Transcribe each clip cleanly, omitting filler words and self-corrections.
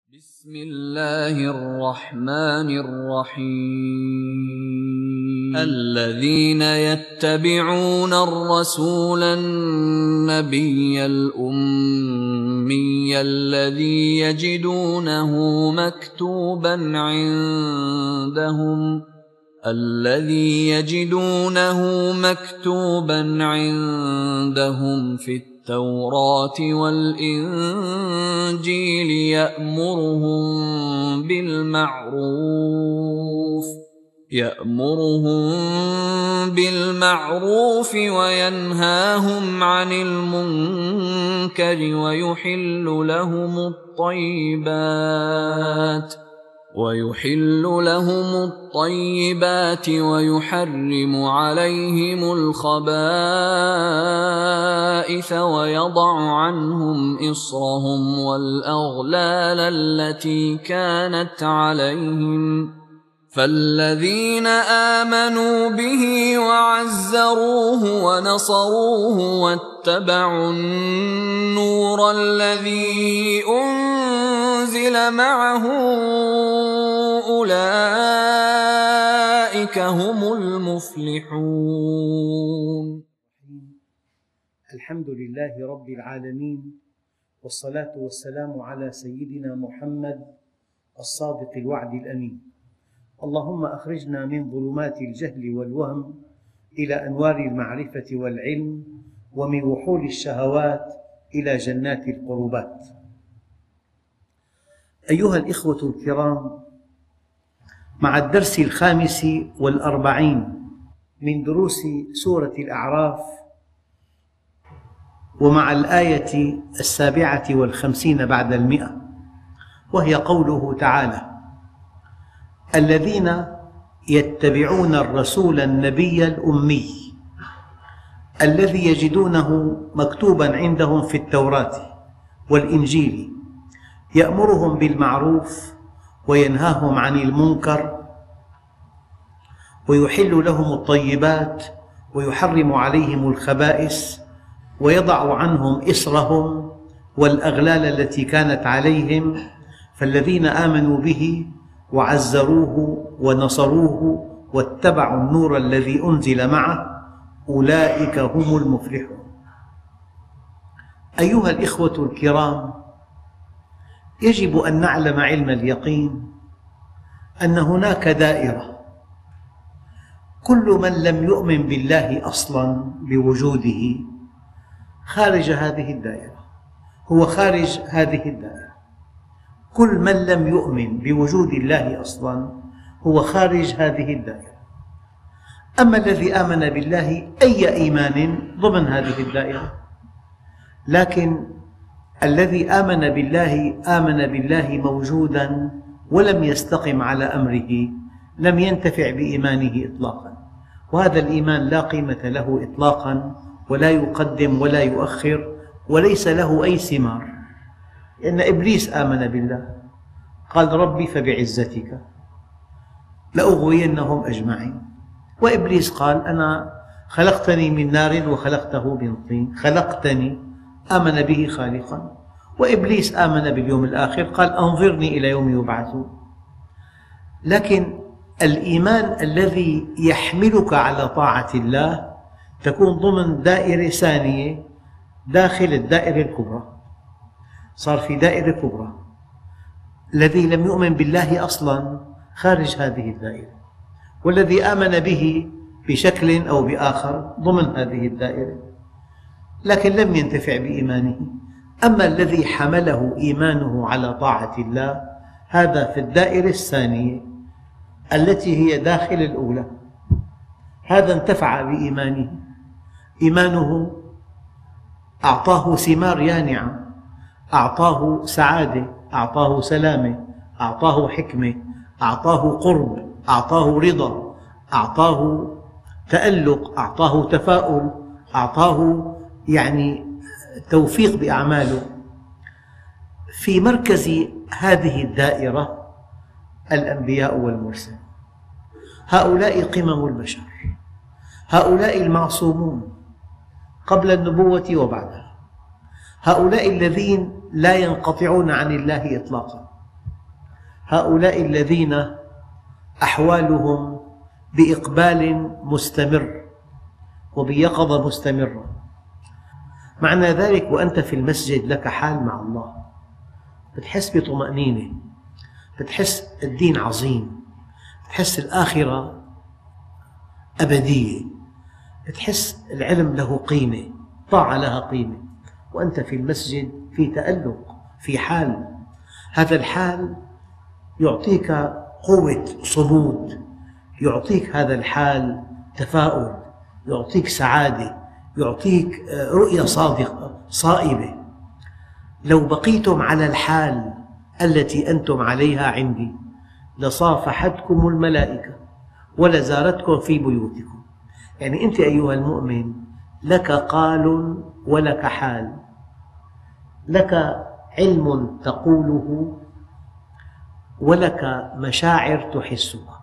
بسم الله الرحمن الرحيم الذين يتبعون الرسول النبي الأمي الذي يجدونه مكتوبا عندهم في التوراة والإنجيل يأمرهم بالمعروف وينهاهم عن المنكر ويحل لهم الطيبات ويحرم عليهم الخبائث ويضع عنهم إصرهم والأغلال التي كانت عليهم فالذين آمنوا به وعزروه ونصروه واتبعوا النور الذي أنزل معه أولئك هم المفلحون. الحمد لله رب العالمين، والصلاة والسلام على سيدنا محمد الصادق الوعد الأمين. اللهم أخرجنا من ظلمات الجهل والوهم إلى أنوار المعرفة والعلم، ومن وحول الشهوات إلى جنات القربات. أيها الإخوة الكرام، مع الدرس 45 من دروس سورة الأعراف، ومع الآية 57 بعد 100، وهي قوله تعالى: الذين يتبعون الرسول النبي الأمي الذي يجدونه مكتوبا عندهم في التوراة والإنجيل يأمرهم بالمعروف وينهاهم عن المنكر ويحل لهم الطيبات ويحرم عليهم الخبائث ويضع عنهم إصرهم والأغلال التي كانت عليهم فالذين آمنوا به وعزروه ونصروه واتبعوا النور الذي أنزل معه أولئك هم المفلحون. أيها الإخوة الكرام، يجب أن نعلم علم اليقين أن هناك دائرة، كل من لم يؤمن بالله أصلاً بوجوده خارج هذه الدائرة، هو خارج هذه الدائرة. كل من لم يؤمن بوجود الله أصلاً هو خارج هذه الدائرة. أما الذي آمن بالله أي إيمان ضمن هذه الدائرة، لكن الذي آمن بالله موجوداً ولم يستقم على أمره لم ينتفع بإيمانه إطلاقاً، وهذا الإيمان لا قيمة له إطلاقاً، ولا يقدم ولا يؤخر، وليس له أي ثمار. لأن إبليس آمن بالله، قال: ربي فبعزتك لأغوينهم أجمعين. وإبليس قال: أنا خلقتني من نار وخلقته من طين، خلقتني، آمن به خالقا. وإبليس آمن باليوم الآخر، قال: أنظرني إلى يوم يبعثون. لكن الإيمان الذي يحملك على طاعة الله تكون ضمن دائرة ثانية داخل الدائرة الكبرى. صار في دائرة كبرى، الذي لم يؤمن بالله أصلاً خارج هذه الدائرة، والذي آمن به بشكل أو بآخر ضمن هذه الدائرة، لكن لم ينتفع بإيمانه. أما الذي حمله إيمانه على طاعة الله هذا في الدائرة الثانية التي هي داخل الأولى، هذا انتفع بإيمانه، إيمانه أعطاه ثمار يانعة، أعطاه سعادة، أعطاه سلامة، أعطاه حكمة، أعطاه قرب، أعطاه رضا، أعطاه تألق، أعطاه تفاؤل، أعطاه توفيق بأعماله. في مركز هذه الدائرة الأنبياء والمرسلون، هؤلاء قمم البشر، هؤلاء المعصومون قبل النبوة وبعدها، هؤلاء الذين لا ينقطعون عن الله إطلاقا، هؤلاء الذين أحوالهم بإقبال مستمر وبيقظة مستمرة. معنى ذلك وأنت في المسجد لك حال مع الله، بتحس بطمأنينة، بتحس الدين عظيم، بتحس الآخرة أبدية، بتحس العلم له قيمة، طاعة لها قيمة. وأنت في المسجد في تألق، في حال، هذا الحال يعطيك قوة صمود، يعطيك هذا الحال تفاؤل، يعطيك سعادة، يعطيك رؤية صادقة صائبة. لو بقيتم على الحال التي أنتم عليها عندي لصافحتكم الملائكة ولزارتكم في بيوتكم. يعني أنت أيها المؤمن لك قال ولك حال، لك علم تقوله ولك مشاعر تحسها.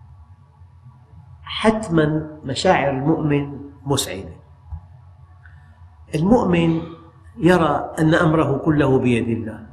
حتما مشاعر المؤمن مسعدة. المؤمن يرى أن أمره كله بيد الله،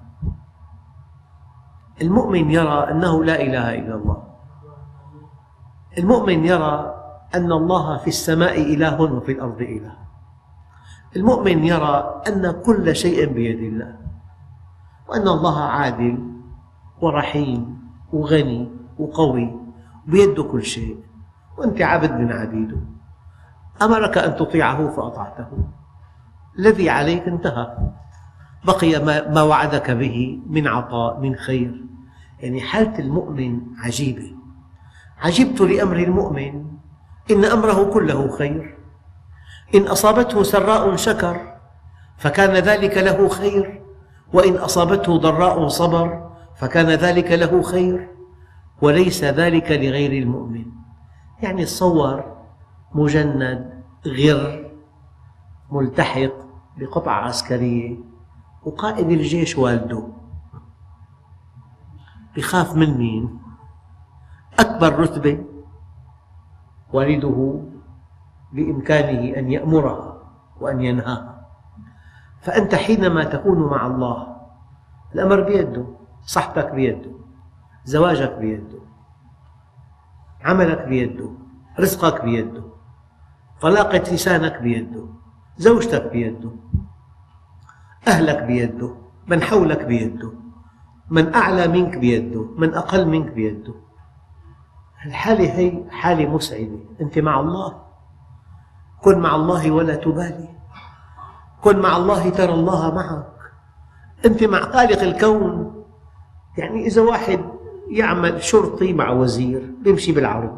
المؤمن يرى أنه لا إله إلا الله، المؤمن يرى أن الله في السماء إله وفي الأرض إله، المؤمن يرى أن كل شيء بيد الله، وأن الله عادل ورحيم وغني وقوي بيده كل شيء، وأنت عبد من عبيده، أمرك أن تطيعه فأطعته، الذي عليك انتهى، بقي ما وعدك به من عطاء من خير. يعني حالة المؤمن عجيبة. عجبت لأمر المؤمن إن أمره كله خير، إن أصابته سراء شكر فكان ذلك له خير، وإن أصابته ضراء صبر فكان ذلك له خير، وليس ذلك لغير المؤمن. يعني تصور مجند غر ملتحق بقطعة عسكرية وقائد الجيش والده، بيخاف من مين؟ أكبر رتبة والده بإمكانه أن يأمرها وأن ينهاها. فأنت حينما تكون مع الله الأمر بيده، صحتك بيده، زواجك بيده، عملك بيده، رزقك بيده، طلاقة لسانك بيده، زوجتك بيده، أهلك بيده، من حولك بيده، من أعلى منك بيده، من أقل منك بيده. الحالة هي حالة مسعدة. أنت مع الله، كن مع الله ولا تبالي، كن مع الله ترى الله معك. أنت مع خالق الكون. يعني إذا واحد يعمل شرطي مع وزير بيمشي بالعرض،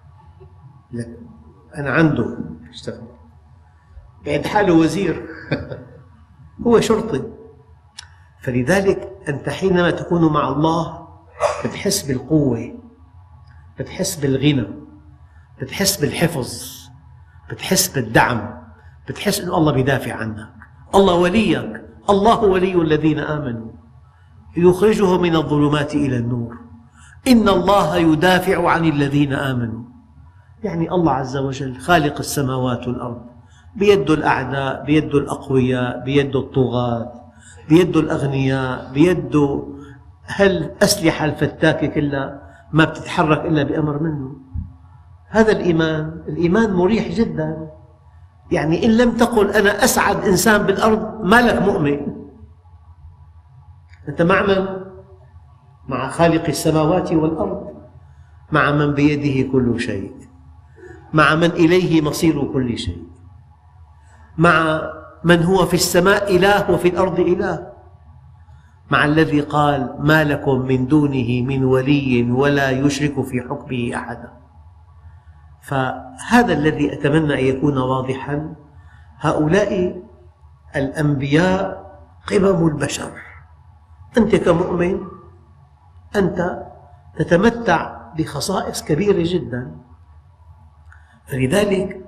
أنا عنده اشتغل بعد حاله وزير هو شرطي. فلذلك أنت حينما تكون مع الله بتحس بالقوة، بتحس بالغنى، بتحس بالحفظ، بتحس بالدعم، بتحس أن الله يدافع عنك، الله وليك، الله ولي الذين آمنوا يخرجهم من الظلمات إلى النور، إن الله يدافع عن الذين آمنوا. يعني الله عز وجل خالق السماوات والأرض، بيده الأعداء، بيده الأقوياء، بيده الطغاة، بيده الأغنياء، بيده هالأسلحة الفتاكة كلها ما بتتحرك إلا بأمر منه. هذا الإيمان مريح جدا. يعني إن لم تقل أنا أسعد إنسان بالأرض ما لك مؤمن. أنت مع من؟ مع خالق السماوات والأرض، مع من بيده كل شيء، مع من إليه مصير كل شيء، مع من هو في السماء إله وفي الأرض إله، مع الذي قال ما لكم من دونه من ولي ولا يشرك في حكمه أحدا. فهذا الذي أتمنى أن يكون واضحا. هؤلاء الأنبياء قمم البشر. أنت كمؤمن أنت تتمتع بخصائص كبيرة جدا. فلذلك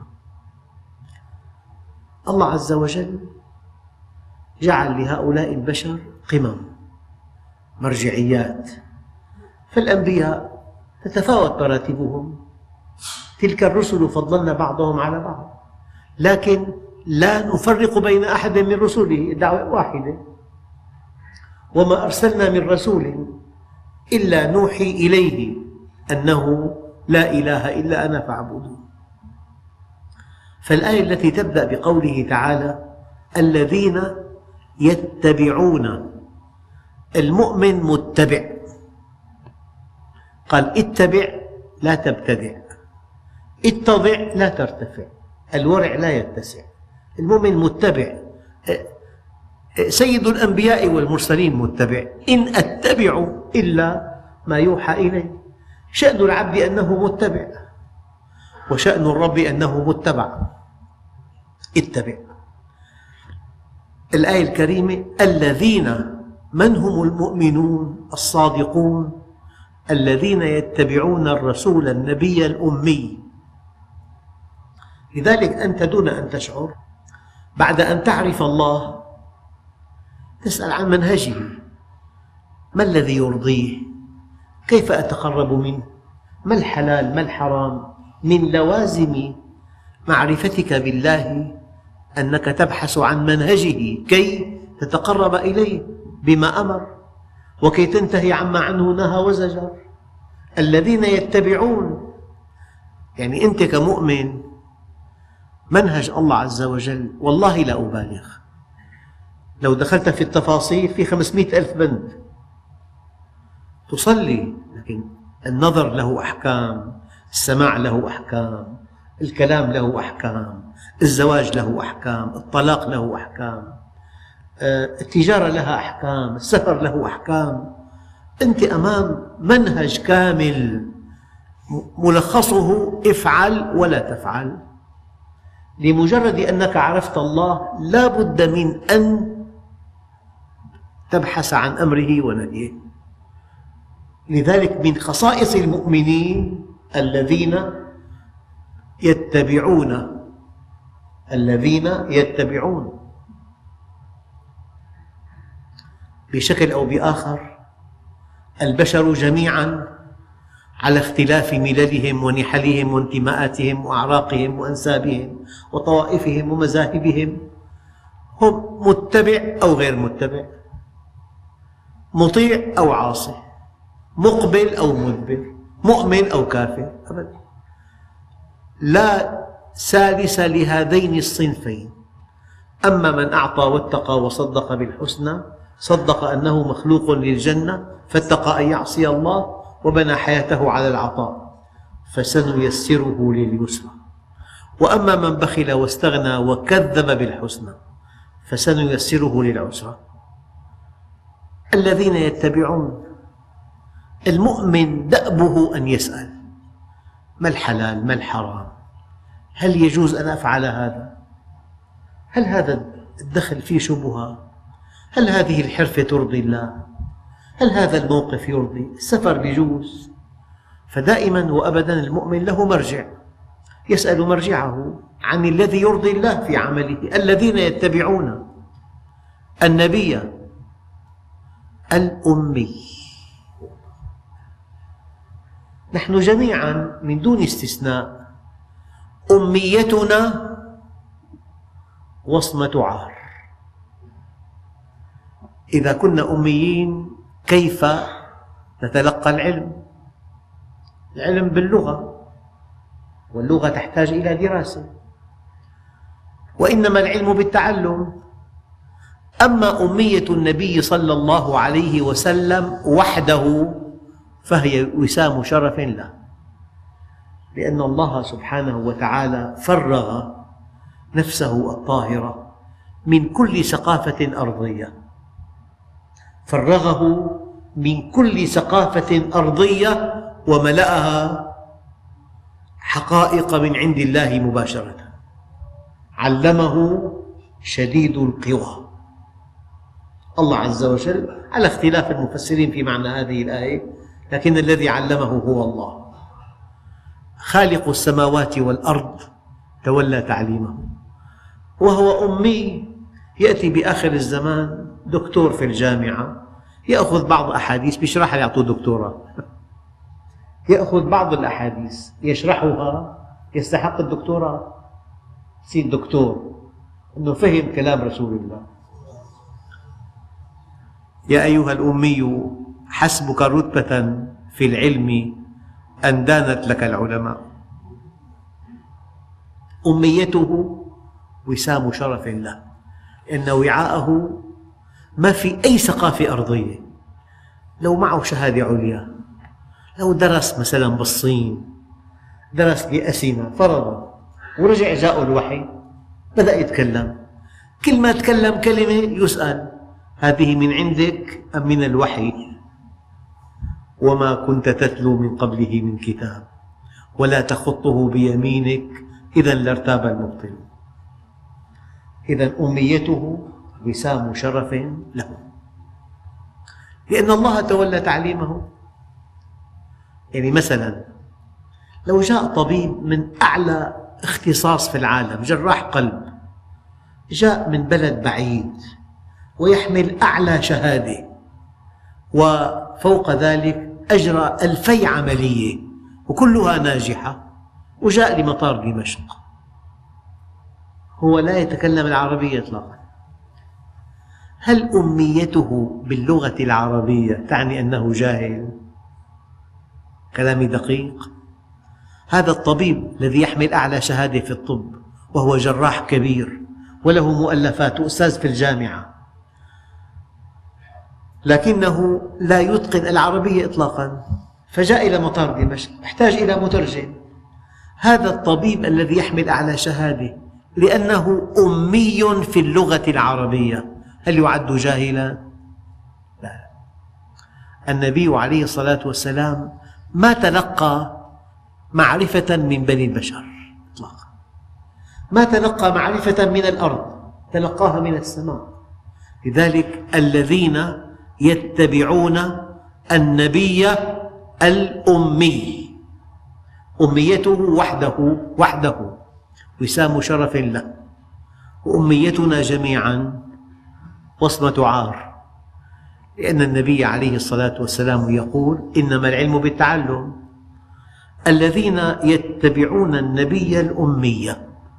الله عز وجل جعل لهؤلاء البشر قمم، مرجعيات. فالأنبياء تتفاوت مراتبهم، تلك الرسل فضلنا بعضهم على بعض، لكن لا نفرق بين أحد من رسله، الدعوة واحدة. وما أرسلنا من رسول إلا نوحي إليه أنه لا إله إلا أنا فاعبدون. فالآية التي تبدأ بقوله تعالى الذين يتبعون، المؤمن متبع، قال اتبع لا تبتدع، اتضع لا ترتفع، الورع لا يتسع. المؤمن متبع، سيد الأنبياء والمرسلين متبع، إن أتبع إلا ما يوحى إلي. شأن العبد أنه متبع، وشأن الرب أنه متبع. اتبع. الآية الكريمة الذين، من هم المؤمنون الصادقون؟ الذين يتبعون الرسول النبي الأمي. لذلك أنت دون أن تشعر بعد أن تعرف الله تسأل عن منهجه، ما الذي يرضيه؟ كيف أتقرب منه؟ ما الحلال ما الحرام؟ من لوازم معرفتك بالله أنك تبحث عن منهجه كي تتقرب إليه بما أمر، وكي تنتهي عما عنه نهى وزجر. الذين يتبعون، يعني أنت كمؤمن منهج الله عز وجل، والله لا أبالغ، لو دخلت في التفاصيل في 500 ألف بند. تصلي لكن النظر له أحكام، السماع له أحكام، الكلام له أحكام، الزواج له أحكام، الطلاق له أحكام، التجارة لها أحكام، السفر له أحكام. أنت أمام منهج كامل ملخصه افعل ولا تفعل. لمجرد أنك عرفت الله لا بد من أن تبحث عن أمره ونهيه. لذلك من خصائص المؤمنين الذين يتبعون، الذين يتبعون. بشكل أو بآخر البشر جميعاً على اختلاف مللهم ونحلهم وانتماءاتهم وأعراقهم وأنسابهم وطوائفهم ومذاهبهم، هم متبع أو غير متبع، مطيع أو عاصي، مقبل أو مدبر، مؤمن أو كافر، أبدا لا ثالث لهذين الصنفين. أما من أعطى واتقى وصدق بالحسنى، صدق أنه مخلوق للجنة فاتقى أن يعصي الله وبنى حياته على العطاء فسنيسره لليسرى. وأما من بخل واستغنى وكذب بالحسنى فسنيسره للعسرى. الذين يتبعون، المؤمن دأبه أن يسأل ما الحلال ما الحرام؟ هل يجوز أن أفعل هذا؟ هل هذا الدخل فيه شبهة؟ هل هذه الحرفة ترضي الله؟ هل هذا الموقف يرضي؟ السفر بيجوز؟ فدائما وأبدا المؤمن له مرجع، يسأل مرجعه عن الذي يرضي الله في عمله. الذين يتبعون النبي الأمي. نحن جميعا من دون استثناء أميتنا وصمة عار. إذا كنا أميين كيف نتلقى العلم؟ العلم باللغة، واللغة تحتاج إلى دراسة، وإنما العلم بالتعلم. أما أمية النبي صلى الله عليه وسلم وحده فهي وسام شرف له، لأن الله سبحانه وتعالى فرغ نفسه الطاهرة من كل ثقافة أرضية، فرغه من كل ثقافة أرضية وملأها حقائق من عند الله مباشرة. علمه شديد القوى. الله عز وجل على اختلاف المفسرين في معنى هذه الآية، لكن الذي علمه هو الله. خالق السماوات والأرض تولى تعليمه، وهو أمي. يأتي بآخر الزمان دكتور في الجامعة يأخذ بعض أحاديث بيشرحها يعطوه دكتوراه، يأخذ بعض الأحاديث يشرحها يستحق الدكتوراه، يصير دكتور أنه فهم كلام رسول الله. يا أيها الأمي حسبك رتبة في العلم أن دانت لك العلماء. أميته وسام شرف له، إن وعاءه ما في أي ثقافة أرضية. لو معه شهادة عليا، لو درس مثلا بالصين، درس بأثينا فرضا، ورجع جاءه الوحي بدأ يتكلم، كل ما تكلم كلمة يسأل: هذه من عندك أم من الوحي؟ وما كنت تتلو من قبله من كتاب ولا تخطه بيمينك إذا لارتاب المبطل. إذا أميته وسام شرف له، لأن الله تولى تعليمه. يعني مثلا لو جاء طبيب من أعلى اختصاص في العالم، جراح قلب، جاء من بلد بعيد ويحمل أعلى شهادة، وفوق ذلك أجرى 2000 عملية وكلها ناجحة، وجاء لمطار دمشق، هو لا يتكلم العربية إطلاقا. هل أميته باللغة العربية تعني أنه جاهل؟ كلامي دقيق. هذا الطبيب الذي يحمل أعلى شهادة في الطب وهو جراح كبير وله مؤلفات وأستاذ في الجامعة، لكنه لا يتقن العربية إطلاقا، فجاء إلى مطار دمشق احتاج إلى مترجم. هذا الطبيب الذي يحمل أعلى شهادة لأنه أمي في اللغة العربية، هل يعد جاهلا؟ لا. النبي عليه الصلاة والسلام ما تلقى معرفة من بني البشر إطلاقا، ما تلقى معرفة من الأرض، تلقاها من السماء. لذلك الذين يتبعون النبي الأمي، أميته وحده وسام شرف له، وأميتنا جميعا وصمة عار، لأن النبي عليه الصلاة والسلام يقول: إنما العلم بالتعلم. الذين يتبعون النبي الأمي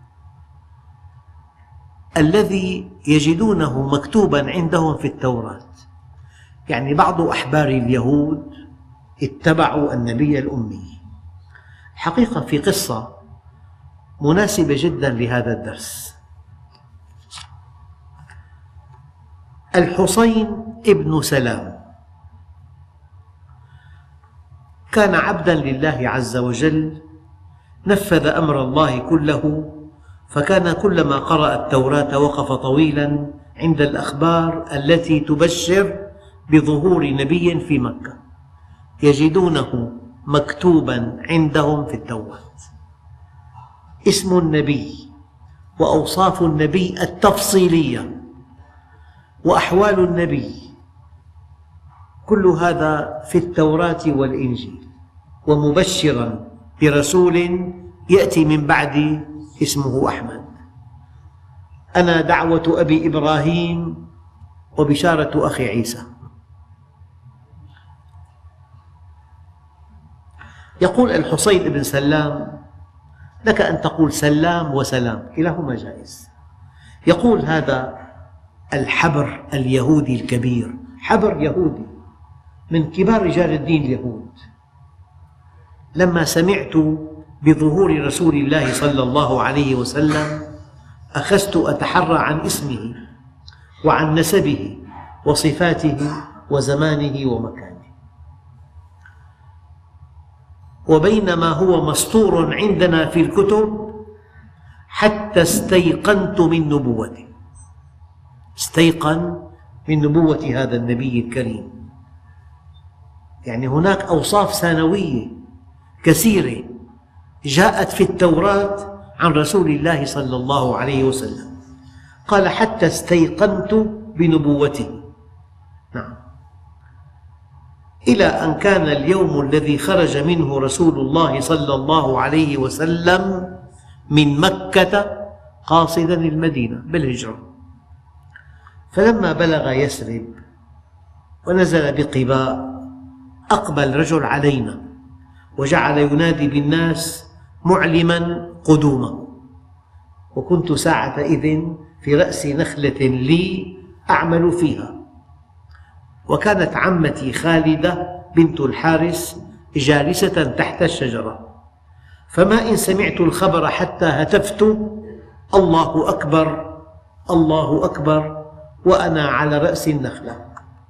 الذي يجدونه مكتوبا عندهم في التوراة، يعني بعض أحبار اليهود اتبعوا النبي الأمي. حقيقة في قصة مناسبة جدا لهذا الدرس. الحصين ابن سلام كان عبدا لله عز وجل، نفذ أمر الله كله، فكان كلما قرأ التوراة وقف طويلا عند الأخبار التي تبشر بظهور نبي في مكة، يجدونه مكتوبا عندهم في التوراة اسم النبي وأوصاف النبي التفصيلية وأحوال النبي، كل هذا في التوراة والإنجيل، ومبشرا برسول يأتي من بعد اسمه أحمد. أنا دعوة أبي إبراهيم وبشارة أخي عيسى. يقول الحصين بن سلام: لك أن تقول سلام وسلام، كلاهما جائز. يقول هذا الحبر اليهودي الكبير، حبر يهودي من كبار رجال الدين اليهود، لما سمعت بظهور رسول الله صلى الله عليه وسلم أخذت أتحرى عن اسمه وعن نسبه وصفاته وزمانه ومكانه، وبينما هو مسطور عندنا في الكتب حتى استيقنت من نبوته، استيقن من نبوة هذا النبي الكريم. يعني هناك أوصاف ثانوية كثيرة جاءت في التوراة عن رسول الله صلى الله عليه وسلم. قال: حتى استيقنت بنبوته. نعم. إلى أن كان اليوم الذي خرج منه رسول الله صلى الله عليه وسلم من مكة قاصدا المدينة بالهجرة، فلما بلغ يثرب ونزل بقباء أقبل رجل علينا وجعل ينادي بالناس معلما قدومه، وكنت ساعتئذ في رأس نخلة لي أعمل فيها، وكانت عمتي خالدة بنت الحارث جالسة تحت الشجرة، فما إن سمعت الخبر حتى هتفت: الله أكبر الله أكبر، وأنا على رأس النخلة.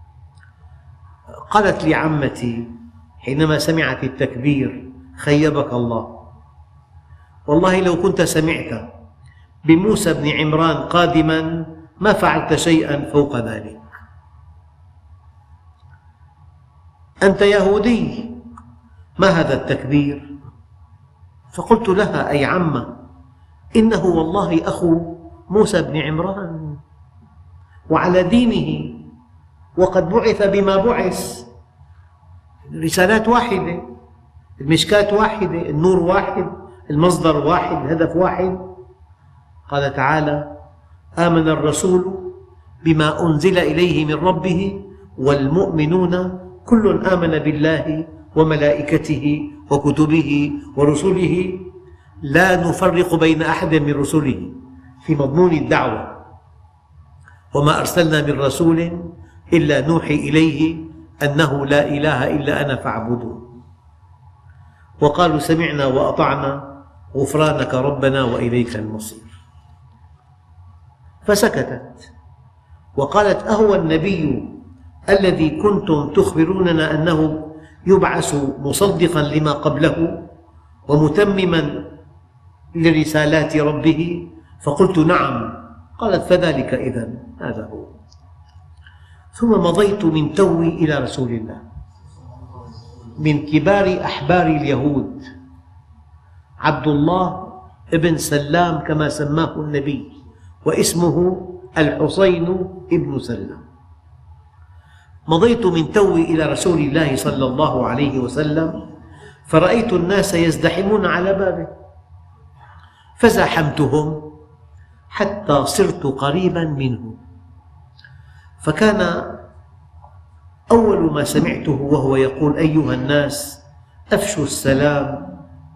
قالت لي عمتي حينما سمعت التكبير: خيبك الله، والله لو كنت سمعت بموسى بن عمران قادما ما فعلت شيئا فوق ذلك، أنت يهودي، ما هذا التكبير؟ فقلت لها: أي عمة، إنه والله أخو موسى بن عمران وعلى دينه، وقد بعث بما بعث، الرسالات واحدة، المشكاة واحدة، النور واحد، المصدر واحد، الهدف واحد. قال تعالى: آمن الرسول بما أنزل إليه من ربه والمؤمنون كل آمن بالله وملائكته وكتبه ورسله لا نفرق بين أحد من رسله، في مضمون الدعوة: وما أرسلنا من رسول إلا نوحي إليه أنه لا إله إلا أنا فاعبدون. وقالوا: سمعنا وأطعنا غفرانك ربنا وإليك المصير. فسكتت وقالت: أهو النبي الذي كنتم تخبروننا أنه يبعث مصدقا لما قبله ومتمما لرسالات ربه؟ فقلت: نعم. قالت: فذلك إذن هذا هو. ثم مضيت من توي إلى رسول الله، من كبار أحبار اليهود، عبد الله بن سلام كما سماه النبي، واسمه الحصين بن سلام. مضيت من توي إلى رسول الله صلى الله عليه وسلم، فرأيت الناس يزدحمون على بابه، فزاحمتهم حتى صرت قريبا منه. فكان أول ما سمعته وهو يقول: أيها الناس، أفشوا السلام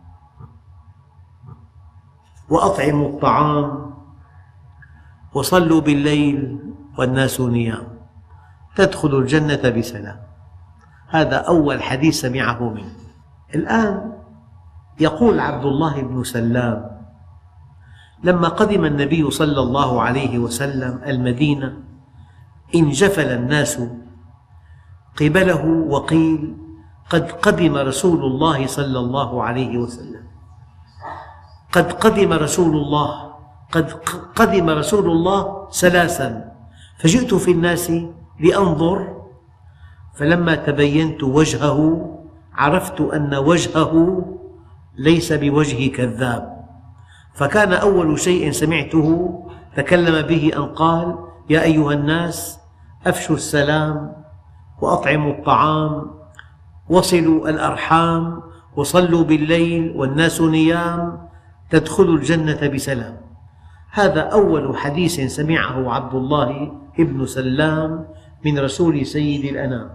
وأطعموا الطعام وصلوا بالليل والناس نيام تدخلوا الجنة بسلام. هذا أول حديث سمعه منه. الآن يقول عبد الله بن سلام: لما قدم النبي صلى الله عليه وسلم المدينة انجفل الناس قبله، وقيل: قد قدم رسول الله صلى الله عليه وسلم، قد قدم رسول الله، قد قدم رسول الله ثلاثا. فجئت في الناس لأنظر، فلما تبينت وجهه عرفت أن وجهه ليس بوجه كذاب. فكان أول شيء سمعته تكلم به أن قال: يا أيها الناس، أفشوا السلام وأطعموا الطعام وصلوا الأرحام وصلوا بالليل والناس نيام تدخلوا الجنة بسلام. هذا أول حديث سمعه عبد الله بن سلام من رسول سيد الأنام.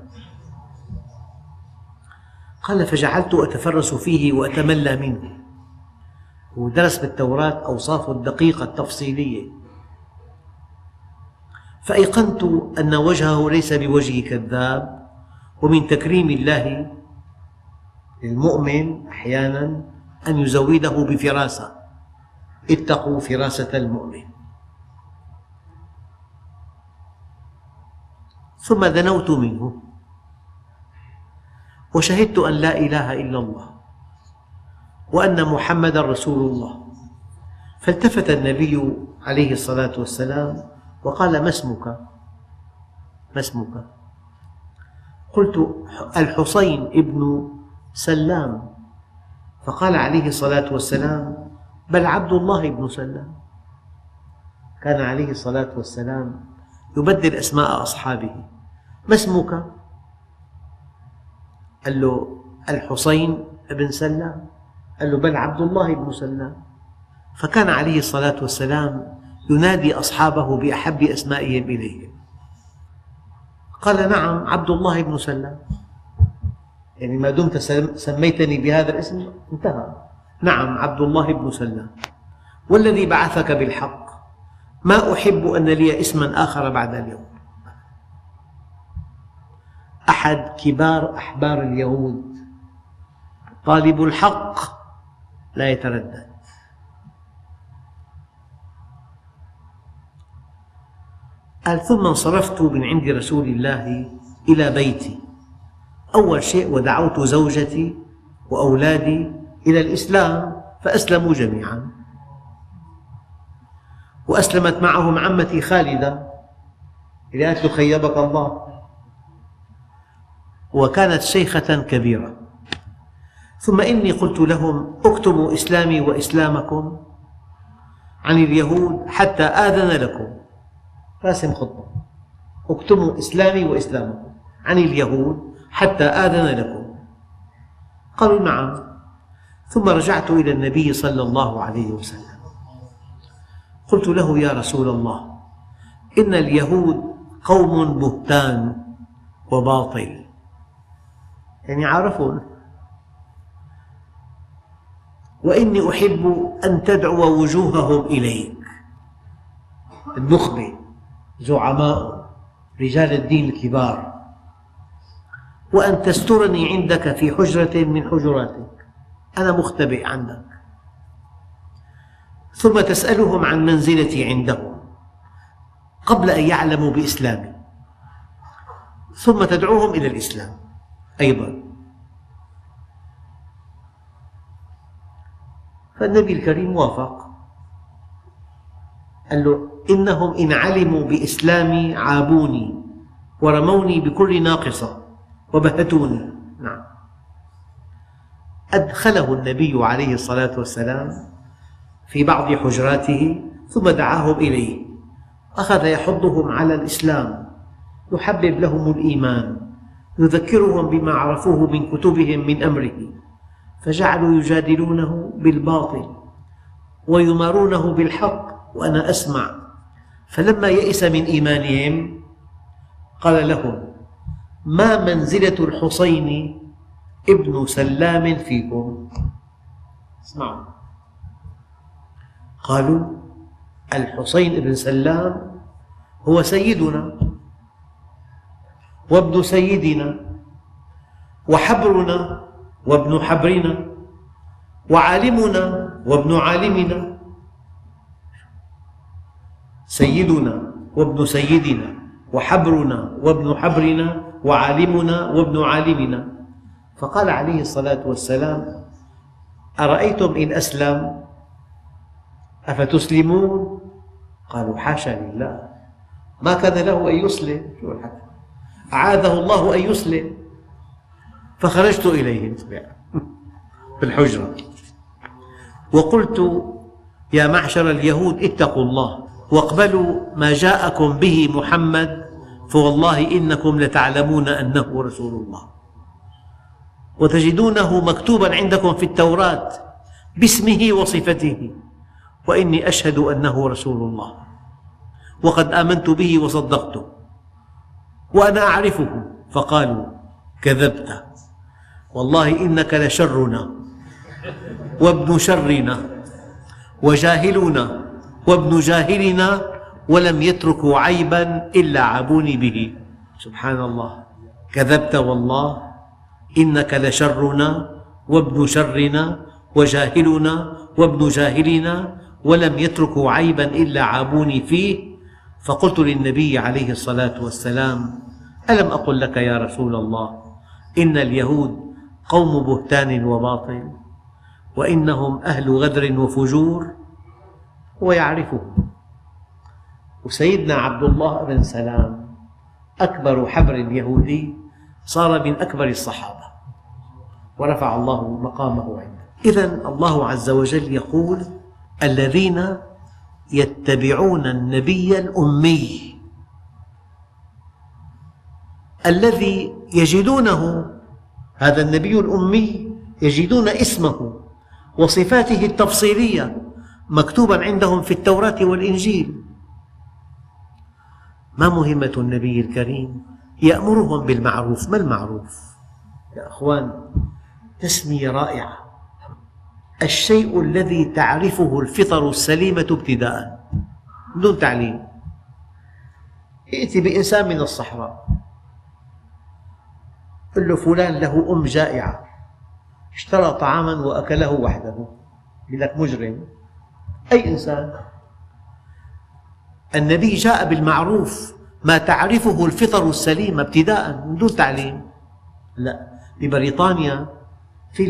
قال: فجعلت أتفرس فيه وأتملى منه. ودرس بالتوراة أوصافه الدقيقة التفصيلية، فأيقنت أن وجهه ليس بوجه كذاب. ومن تكريم الله للمؤمن أحيانا أن يزوده بفراسة: اتقوا فراسة المؤمن. ثم دنوت منه وشهدت أن لا إله إلا الله وأن محمدا رسول الله. فالتفت النبي عليه الصلاة والسلام وقال: ما اسمك؟ ما اسمك؟ قلت: الحصين ابن سلام. فقال عليه الصلاة والسلام: بل عبد الله بن سلام. كان عليه الصلاة والسلام يبدل أسماء أصحابه. ما اسمك؟ قال له: الحصين بن سلام. قال له: بل عبد الله بن سلام. فكان عليه الصلاة والسلام ينادي أصحابه بأحب أسمائهم إليه. قال: نعم، عبد الله بن سلام، يعني ما دمت سميتني بهذا الاسم انتهى. نعم، عبد الله بن سلام، والذي بعثك بالحق ما أحب أن لي اسما آخر بعد اليوم. أحد كبار أحبار اليهود، طالب الحق لا يتردد. قال: ثم انصرفت من عند رسول الله إلى بيتي، أول شيء ودعوت زوجتي وأولادي إلى الإسلام فأسلموا جميعا، وأسلمت معهم عمتي خالدة اللي قالت له خيبك الله، وكانت شيخة كبيرة. ثم إني قلت لهم: اكتموا إسلامي وإسلامكم عن اليهود حتى آذن لكم. راسم خطبة: اكتموا إسلامي وإسلامكم عن اليهود حتى آذن لكم. قالوا: نعم. ثم رجعت إلى النبي صلى الله عليه وسلم، قلت له: يا رسول الله، إن اليهود قوم بهتان وباطل، يعني عارفون، وإني أحب أن تدعو وجوههم إليك، النخبة، زعماء رجال الدين الكبار، وأن تسترني عندك في حجرة من حجراتك، أنا مختبئ عندك، ثم تسألهم عن منزلتي عندهم قبل أن يعلموا بإسلامي، ثم تدعوهم إلى الإسلام أيضا. فالنبي الكريم وافق، قال له: إنهم إن علموا بإسلامي عابوني ورموني بكل ناقصة وبهتوني. نعم. أدخله النبي عليه الصلاة والسلام في بعض حجراته ثم دعاهم إليه، أخذ يحضهم على الإسلام، يحبب لهم الإيمان، يذكرهم بما عرفوه من كتبهم من أمره، فجعلوا يجادلونه بالباطل ويمارونه بالحق وأنا أسمع. فلما يئس من إيمانهم قال لهم: ما منزلة الحصين ابن سلام فيكم؟ اسمعوا. قالوا: الحصين بن سلام هو سيدنا وابن سيدنا وحبرنا وابن حبرنا وعالمنا وابن عالمنا، سيدنا وابن سيدنا وحبرنا وابن حبرنا وعالمنا وابن عالمنا. فقال عليه الصلاة والسلام: أرأيتم إن أسلم أفتسلمون؟ قالوا: حاشا لله، ما كان له أن يسلم، أعاذه الله أن يسلم. فخرجت إليهم في الحجرة وقلت: يا معشر اليهود، اتقوا الله واقبلوا ما جاءكم به محمد، فوالله إنكم لتعلمون أنه رسول الله، وتجدونه مكتوبا عندكم في التوراة باسمه وصفته، وإني أشهد أنه رسول الله، وقد آمنت به وصدقته، وأنا أعرفه. فقالوا: كذبت، والله إنك لشرنا وابن شرنا وجاهلنا وابن جاهلنا، ولم يتركوا عيبا إلا عابوني به. سبحان الله. كذبت والله، إنك لشرنا وابن شرنا وجاهلنا وابن جاهلنا، ولم يتركوا عيبا إلا عابوني فيه. فقلت للنبي عليه الصلاة والسلام: ألم أقل لك يا رسول الله إن اليهود قوم بهتان وباطل، وإنهم أهل غدر وفجور؟ ويعرفهم. وسيدنا عبد الله بن سلام أكبر حبر يهودي صار من أكبر الصحابة، ورفع الله مقامه عنده. إذن الله عز وجل يقول: الذين يتبعون النبي الأمي الذي يجدونه، هذا النبي الأمي يجدون اسمه وصفاته التفصيلية مكتوبا عندهم في التوراة والإنجيل. ما مهمة النبي الكريم؟ يأمرهم بالمعروف. ما المعروف؟ يا أخوان، تسمية رائعة، الشيء الذي تعرفه الفطر السليمة ابتداء بدون تعليم. ائت بإنسان من الصحراء قل له فلان له أم جائعة اشترى طعاما وأكله وحده، لك مجرم. أي إنسان. النبي جاء بالمعروف، ما تعرفه الفطر السليمة ابتداء من دون تعليم. لا، ببريطانيا في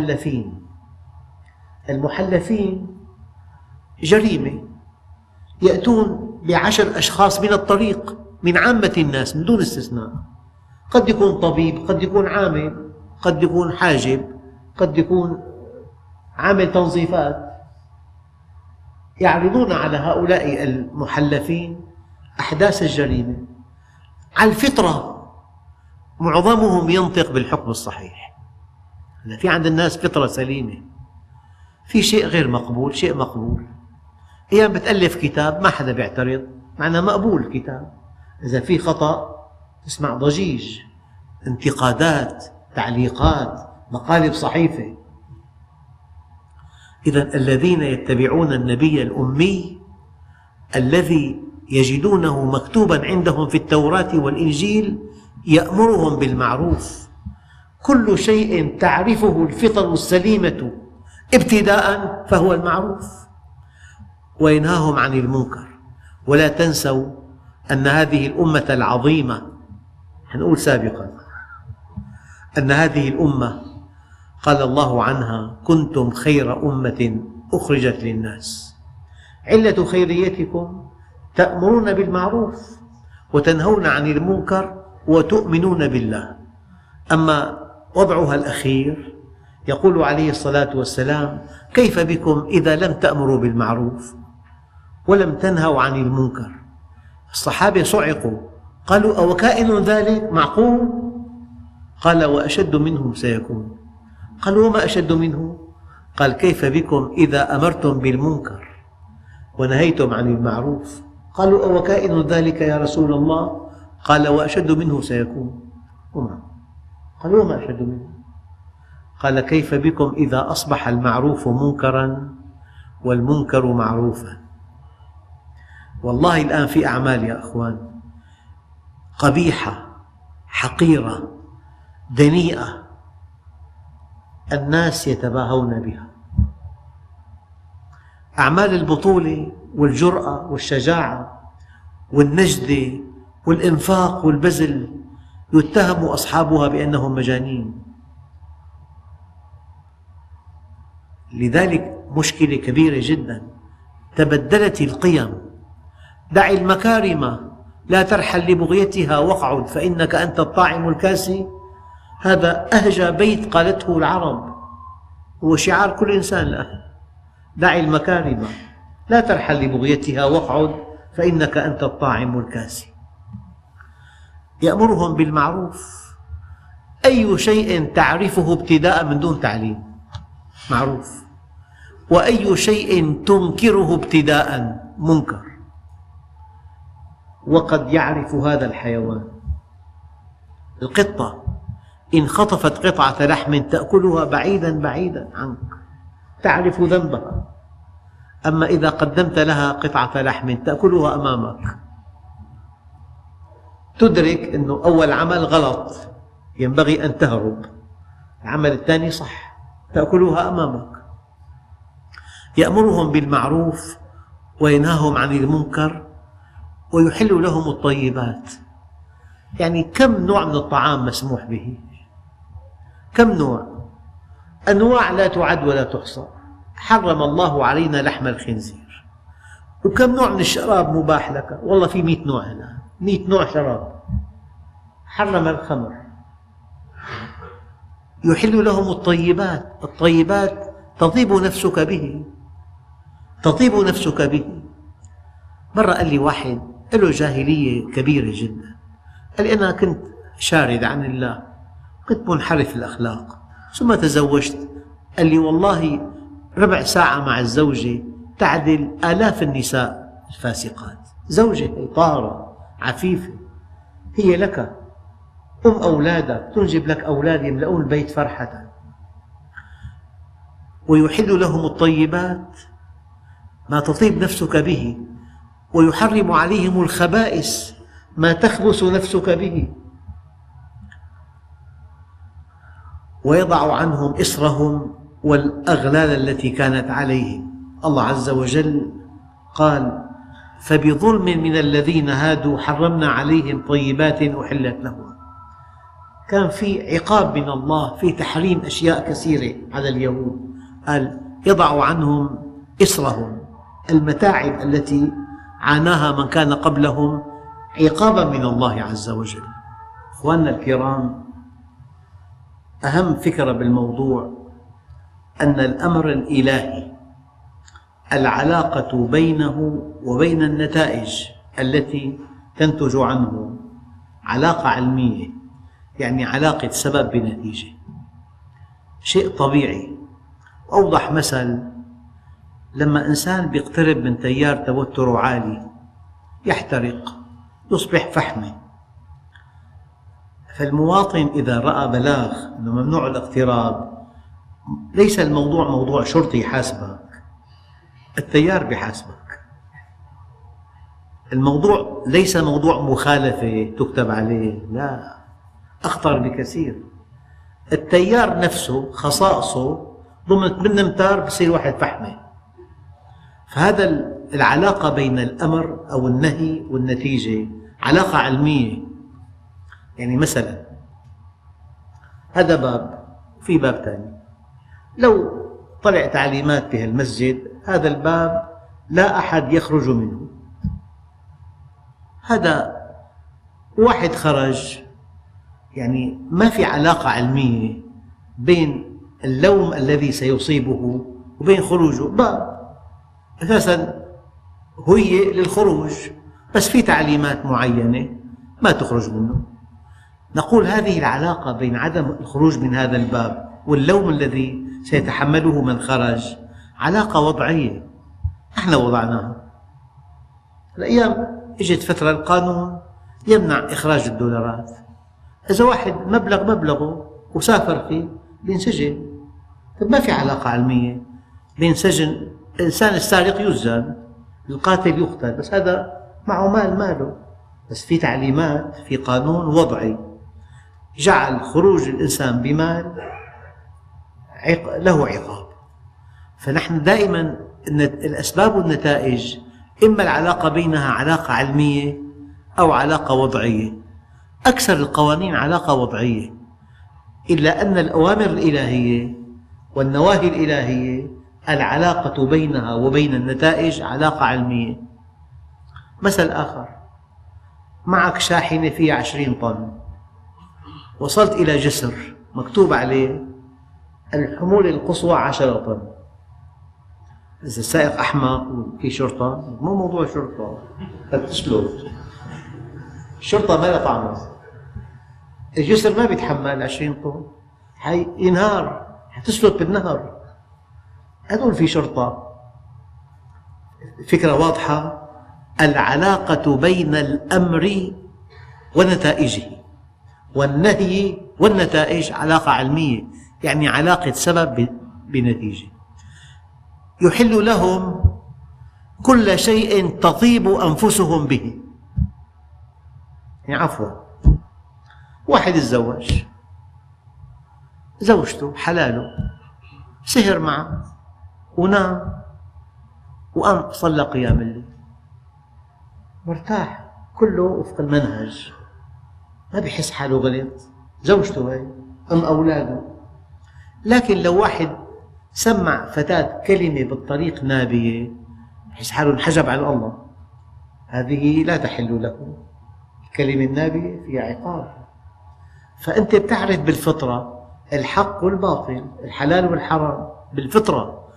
المحلفين جريمة، يأتون ب10 أشخاص من الطريق، من عامة الناس من دون استثناء، قد يكون طبيب، قد يكون عامل، قد يكون حاجب، قد يكون عامل تنظيفات، يعرضون على هؤلاء المحلفين أحداث الجريمة. على الفطرة معظمهم ينطق بالحكم الصحيح. في عند الناس فطرة سليمة، في شيء غير مقبول، شيء مقبول. أيام بتألف كتاب ما حدا بيعترض، معناه مقبول الكتاب. إذا في خطأ تسمع ضجيج، انتقادات، تعليقات، مقالب صحيفة. إذن الذين يتبعون النبي الأمي الذي يجدونه مكتوبا عندهم في التوراة والإنجيل يأمرهم بالمعروف، كل شيء تعرفه الفطر السليمة ابتداء فهو المعروف، وينهاهم عن المنكر. ولا تنسوا أن هذه الأمة العظيمة، نقول سابقا أن هذه الأمة قال الله عنها: كنتم خير أمة أخرجت للناس. علة خيريتكم تأمرون بالمعروف وتنهون عن المنكر وتؤمنون بالله. أما وضعها الأخير يقول عليه الصلاة والسلام: كيف بكم إذا لم تأمروا بالمعروف ولم تنهوا عن المنكر؟ الصحابة صعقوا، قالوا: أو كائن ذلك معقول؟ قال: وأشد منه سيكون. قالوا: وما أشد منه؟ قال: كيف بكم إذا أمرتم بالمنكر ونهيتم عن المعروف؟ قالوا: أو كائن ذلك يا رسول الله؟ قال: وأشد منه سيكون. قالوا: وما أشد منه؟ قال: كيف بكم إذا أصبح المعروف منكرا والمنكر معروفا؟ والله الآن في أعمال يا أخوان قبيحة، حقيرة، دنيئة، الناس يتباهون بها. أعمال البطولة والجرأة والشجاعة والنجدة والإنفاق والبذل يتهم أصحابها بأنهم مجانين. لذلك مشكلة كبيرة جدا، تبدلت القيم. دع المكارم لا ترحل لبغيتها واقعد فإنك أنت الطاعم الكاسي. هذا أهجى بيت قالته العرب، هو شعار كل إنسان الآن. دع المكارم لا ترحل لبغيتها واقعد فإنك أنت الطاعم الكاسي. يأمرهم بالمعروف، أي شيء تعرفه ابتداء من دون تعليم معروف، وأي شيء تنكره ابتداء منكر. وقد يعرف هذا الحيوان. القطة إن خطفت قطعة لحم تأكلها بعيدا بعيدا عنك، تعرف ذنبها. أما إذا قدمت لها قطعة لحم تأكلها أمامك، تدرك أن أول عمل غلط ينبغي أن تهرب، العمل الثاني صح، تأكلها أمامك. يأمرهم بالمعروف وينهاهم عن المنكر ويحل لهم الطيبات. يعني كم نوع من الطعام مسموح به؟ كم نوع؟ أنواع لا تعد ولا تحصى. حرم الله علينا لحم الخنزير. وكم نوع من الشراب مباح لك؟ والله في 100 نوع هنا، 100 نوع شراب. حرم الخمر. يحل لهم الطيبات. الطيبات تطيب نفسك به، تطيب نفسك به. مرة قال لي واحد له جاهلية كبيرة جدا، قال لي: أنا كنت شارد عن الله، كنت منحرف الأخلاق، ثم تزوجت. قال لي: والله ربع ساعة مع الزوجة تعدل آلاف النساء الفاسقات. زوجة طاهرة عفيفة، هي لك أم أولادك، تنجب لك أولاد يملؤون البيت فرحة. ويحل لهم الطيبات ما تطيب نفسك به، ويحرم عليهم الخبائث ما تخبث نفسك به. ويضع عنهم إصرهم والأغلال التي كانت عليهم. الله عز وجل قال: فبظلم من الذين هادوا حرمنا عليهم طيبات أحلت لهم. كان في عقاب من الله، في تحريم أشياء كثيرة على اليهود. قال: يضع عنهم إصرهم، المتاعب التي عاناها من كان قبلهم عقابا من الله عز وجل. أخواننا الكرام، أهم فكرة بالموضوع أن الأمر الإلهي العلاقة بينه وبين النتائج التي تنتج عنه علاقة علمية، يعني علاقة سبب بنتيجة، شيء طبيعي. أوضح مثل: لما إنسان يقترب من تيار توتره عالي يحترق، يصبح فحمة. فالمواطن إذا رأى بلاغ أنه ممنوع الاقتراب، ليس الموضوع موضوع شرطي يحاسبك، التيار بيحاسبك. الموضوع ليس موضوع مخالفة تكتب عليه، لا، أخطر بكثير. التيار نفسه خصائصه ضمن 8 أمتار بصير واحد فحمة. فهذا العلاقة بين الأمر أو النهي والنتيجة علاقة علمية. يعني مثلا هذا باب، في باب ثاني، لو طلع تعليمات بهالمسجد: هذا الباب لا أحد يخرج منه، هذا واحد خرج، يعني ما في علاقة علمية بين اللوم الذي سيصيبه وبين خروجه. باب أساساً هي للخروج، بس في تعليمات معينة ما تخرج منه. نقول هذه العلاقة بين عدم الخروج من هذا الباب واللوم الذي سيتحمله من خرج علاقة وضعية، نحن وضعناها. الأيام اجت فترة القانون يمنع إخراج الدولارات. إذا واحد مبلغه وسافر فيه بينسجن. طيب ما في علاقة علمية بين سجن الإنسان السارق يسجن، القاتل يقتل، بس هذا معه ماله، بس في تعليمات، في قانون وضعي جعل خروج الإنسان بمال له عقاب. فنحن دائما الأسباب والنتائج إما العلاقة بينها علاقة علمية أو علاقة وضعية. أكثر القوانين علاقة وضعية، إلا أن الأوامر الإلهية والنواهي الإلهية العلاقة بينها وبين النتائج علاقة علمية. مثل آخر: معك شاحنة فيها 20 طن، وصلت إلى جسر مكتوب عليه الحمولة القصوى 10 طن. إذا السائق أحمق وفي شرطة، مو موضوع شرطة، تسلط الشرطة ما لها طعمة. الجسر ما بيتحمل 20 طن، ينهار، حتسلط بالنهر. هذول في شرطة. فكرة واضحة: العلاقة بين الأمر ونتائجه، والنهي والنتائج علاقة علمية، يعني علاقة سبب بنتيجة. يحل لهم كل شيء تطيب أنفسهم به. يعني عفوا، واحد تزوج، زوجته حلاله، سهر معه ونام وقام صلى قيام الليل، مرتاح، كله وفق المنهج، ما بيحس حاله غلط، زوجته هي أم أولاده. لكن لو واحد سمع فتاة كلمة بالطريق نابية بحس حاله انحجب عن الله، هذه لا تحل له. الكلمة النابية فيها عقاب. فأنت بتعرف بالفطرة الحق والباطل، الحلال والحرام بالفطرة.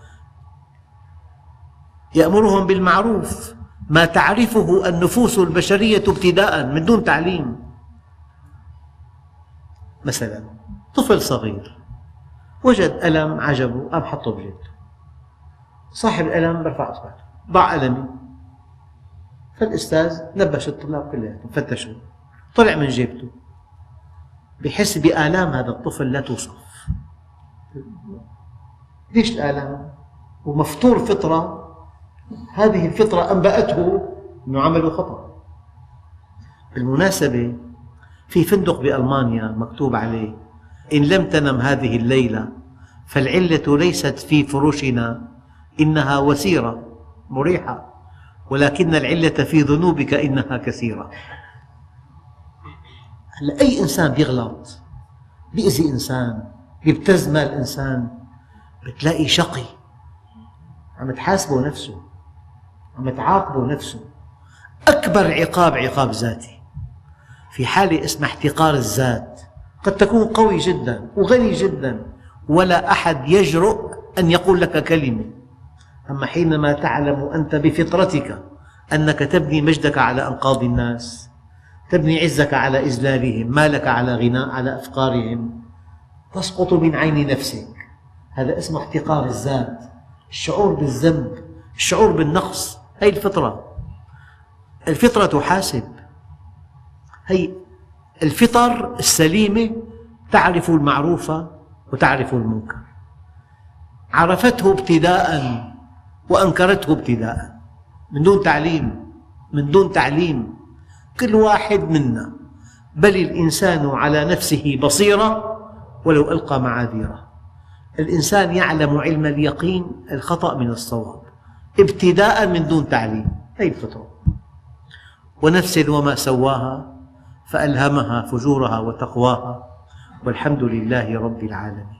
يأمرهم بالمعروف، ما تعرفه النفوس البشرية ابتداء من دون تعليم. مثلا طفل صغير وجد ألم عجبه، قام حطه بجيبته، صاحب الألم برفع إصبعته: ضع ألمي. فالأستاذ نبش الطلاب كلياتهم، فتشوا، طلع من جيبته، بحس بآلام هذا الطفل لا توصف. ليش الآلام؟ ومفطور فطرة، هذه الفطرة أنبأته أنه عمله خطأ. بالمناسبة في فندق بألمانيا مكتوب عليه إن لم تنم هذه الليلة فالعلة ليست في فرشنا، إنها وسيرة مريحة، ولكن العلة في ذنوبك إنها كثيرة. أي إنسان بيغلط، بيأذي إنسان، بيبتز مال إنسان، بتلاقي شقي عم تحاسبه نفسه، عم تعاقبه نفسه. أكبر عقاب عقاب ذاتي، في حالة اسمها احتقار الذات. قد تكون قوي جدا وغني جدا ولا أحد يجرؤ أن يقول لك كلمة، أما حينما تعلم أنت بفطرتك أنك تبني مجدك على أنقاض الناس، تبني عزك على إذلالهم، مالك على غناء على أفقارهم، تسقط من عين نفسك. هذا اسمه احتقار الذات، الشعور بالذنب، الشعور بالنقص. هذه الفطرة، الفطرة تحاسب. هي الفطر السليمة تعرف المعروف وتعرف المنكر، عرفته ابتداء وأنكرته ابتداء، من دون تعليم، من دون تعليم. كل واحد منا، بل الإنسان على نفسه بصيرة ولو ألقى معاذيره. الإنسان يعلم علم اليقين الخطأ من الصواب ابتداء من دون تعليم. هذه الفطرة. ونفس وما سواها فألهمها فجورها وتقواها، والحمد لله رب العالمين.